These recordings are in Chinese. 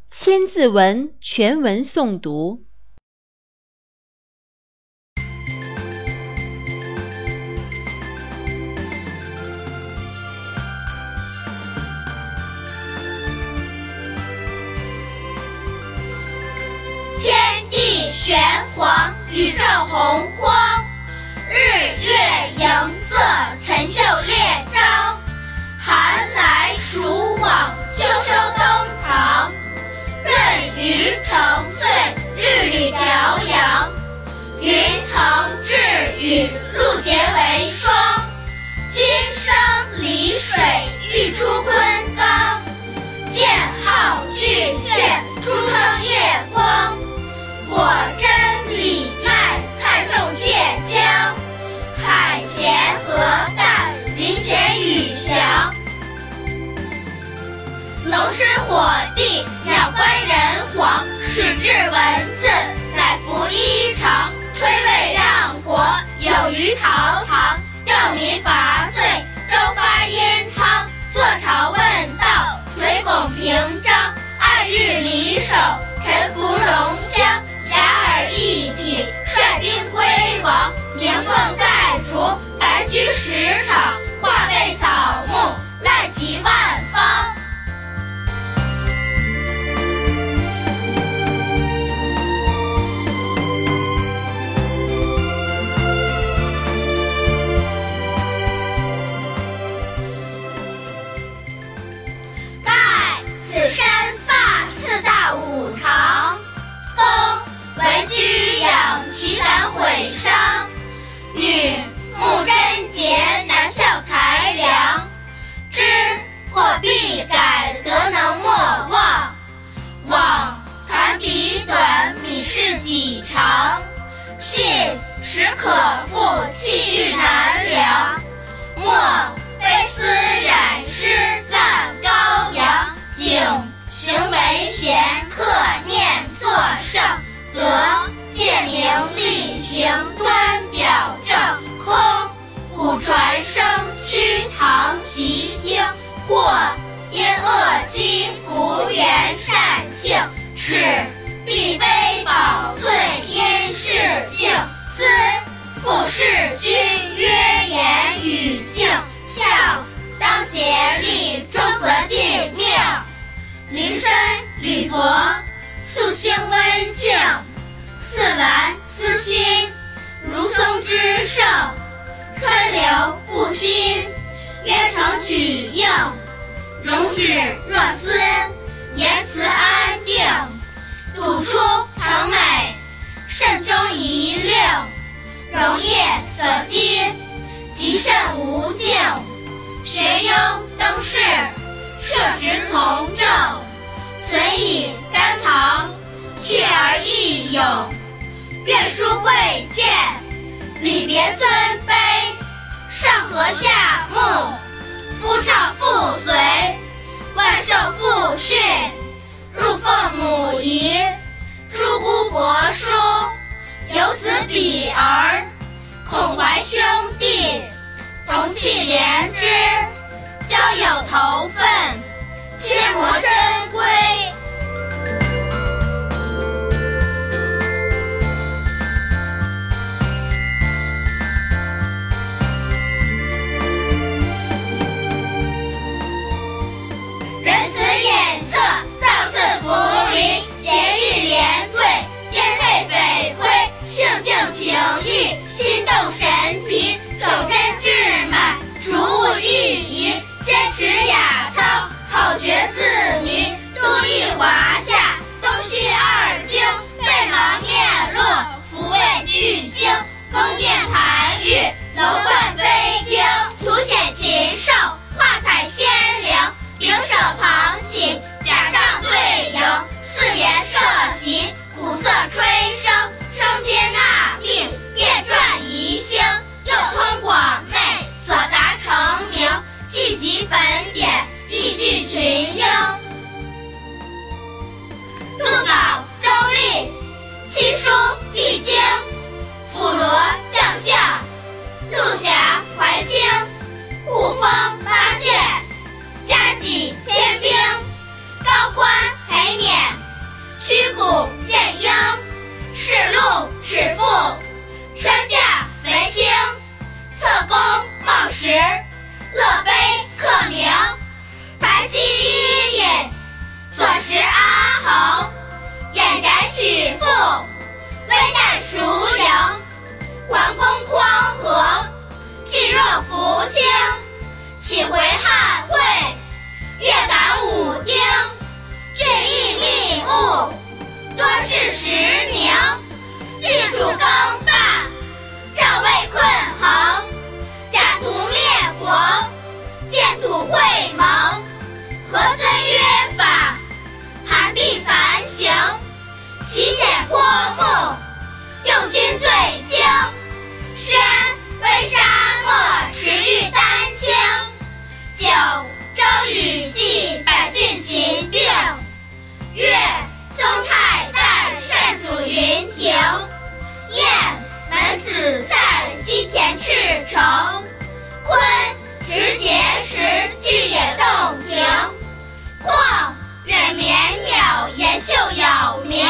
千字文全文诵读。 天地玄黄，宇宙洪荒，日月盈仄，辰宿列张。寒来暑往，秋收冬藏。润余成岁，律吕调阳。云腾致雨，露结为霜。金生离水，玉出昆冈。剑号巨阙，珠称夜光。果真李麦，菜种芥姜。海咸河淡，林泉雨翔。龙师火帝，鸟官人皇，始制文字，乃服衣裳。推位让国，有虞陶唐。吊民伐罪，周发殷汤。坐朝问道，垂拱平章。爱欲离手，臣服戎羌。遐迩一体，率兵归王。鸣凤在竹，白驹十场。化被草木，赖及万方。其胆毁伤，女慕贞洁，男效才良。知过必改，德能莫忘。枉谈彼短，米事己长。信实可复，气欲难量。莫悲思染诗，赞羔羊。景行为贤，克念作圣。德借名利行，端表正。空古传声虚，堂习听。或因恶积福，缘善性。耻必非宝萃，因事敬。兹父事君，约言语敬。孝当竭力，忠则尽命。林深履薄，素兴温静。似兰思熏，如松之盛。川流不息，渊成曲应。容止若思，言辞安定。笃出诚美，慎终遗令。容业所积，极甚无尽。学优登仕，设职从政。存以甘棠，去而益勇。愿书贵贱，礼别尊卑。上和下睦，夫唱妇随。万寿父训，入奉母仪。诸姑伯叔，有子比儿。孔怀兄弟，同气连枝。交友头分，切磨珍贵。性静情逸，心动神疲。守贞志满，除物欲移。坚持雅操，好觉自明。 会盟，何尊约法，韩必反省，其解颇目，用军最精，宣威沙漠，持玉丹青，九周禹祭百郡秦并，越宗泰代单主云亭，燕门子塞积田赤城，昆持碣石巨野洞庭，况远绵邈延秀杳冥。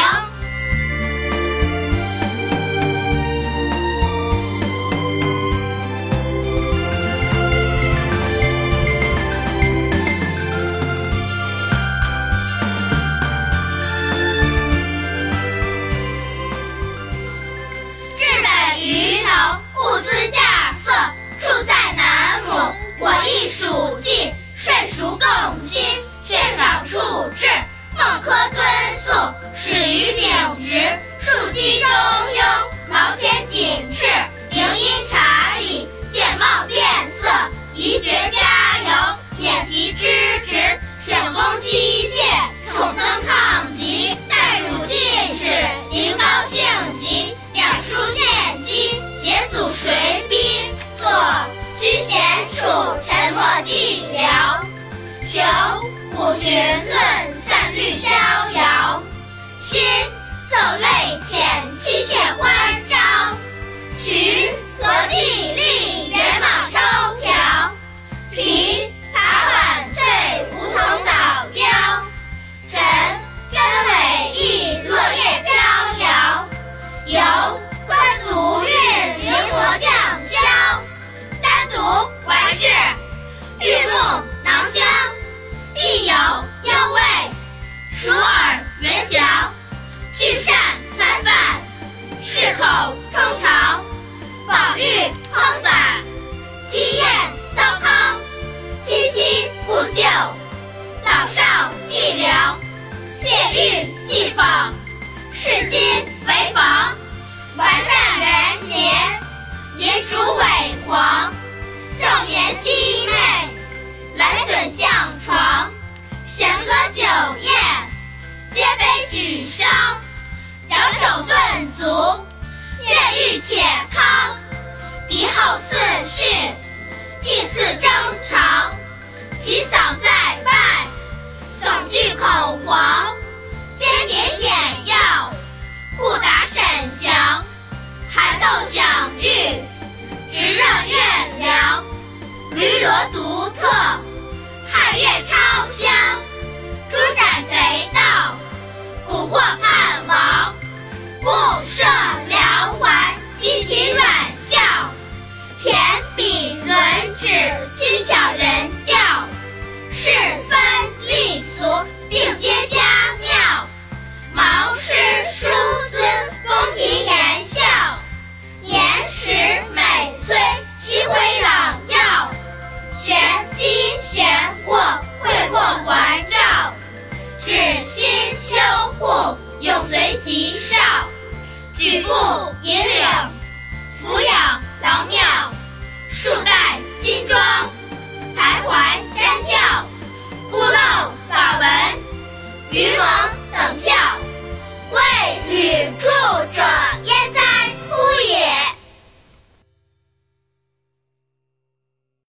孟轲敦肃，始于秉直，庶几中庸，劳谦谨斥，灵音察理，见貌变色，宜绝加油，免其之职，请功积戒，宠增抗疾，代汝进士，临高兴极，两书见机，解祖随逼，所居闲处，沉默寂寥，求古寻论，散律逍遥，亲奏泪浅，妻妾欢招，渠和地利，元莽抽条，皮塔晚翠，梧桐早凋，尘根尾翼，落叶飘摇，游观足韵，临摹降霄，单独完事，玉木囊香，必有幽味，熟耳圆嚼，聚善泛泛，适口充肠，宝玉烹法，鸡宴糟糠，戚戚补救，老少必聊，谢玉祭坊，世今为防，完善元节，银烛伟煌，正颜熹媚，兰笋向床，弦歌酒宴，皆杯举觞，矫首顿足，乐欲且康，敌后四训，祭祀征长，其嗓在外，悚惧恐惶，间谍简要，不达沈详，寒斗享誉，直热怨凉，驴骡独特，汉乐超香，诛斩贼盗，捕获叛王，不赦辽顽，激起软笑，填笔轮指，均巧人调，是分立俗，并皆佳妙，毛诗书资，宫廷言笑，言实美催，漆灰朗耀，玄机玄惑，会破环照，指心修护，永随其少，举步引领。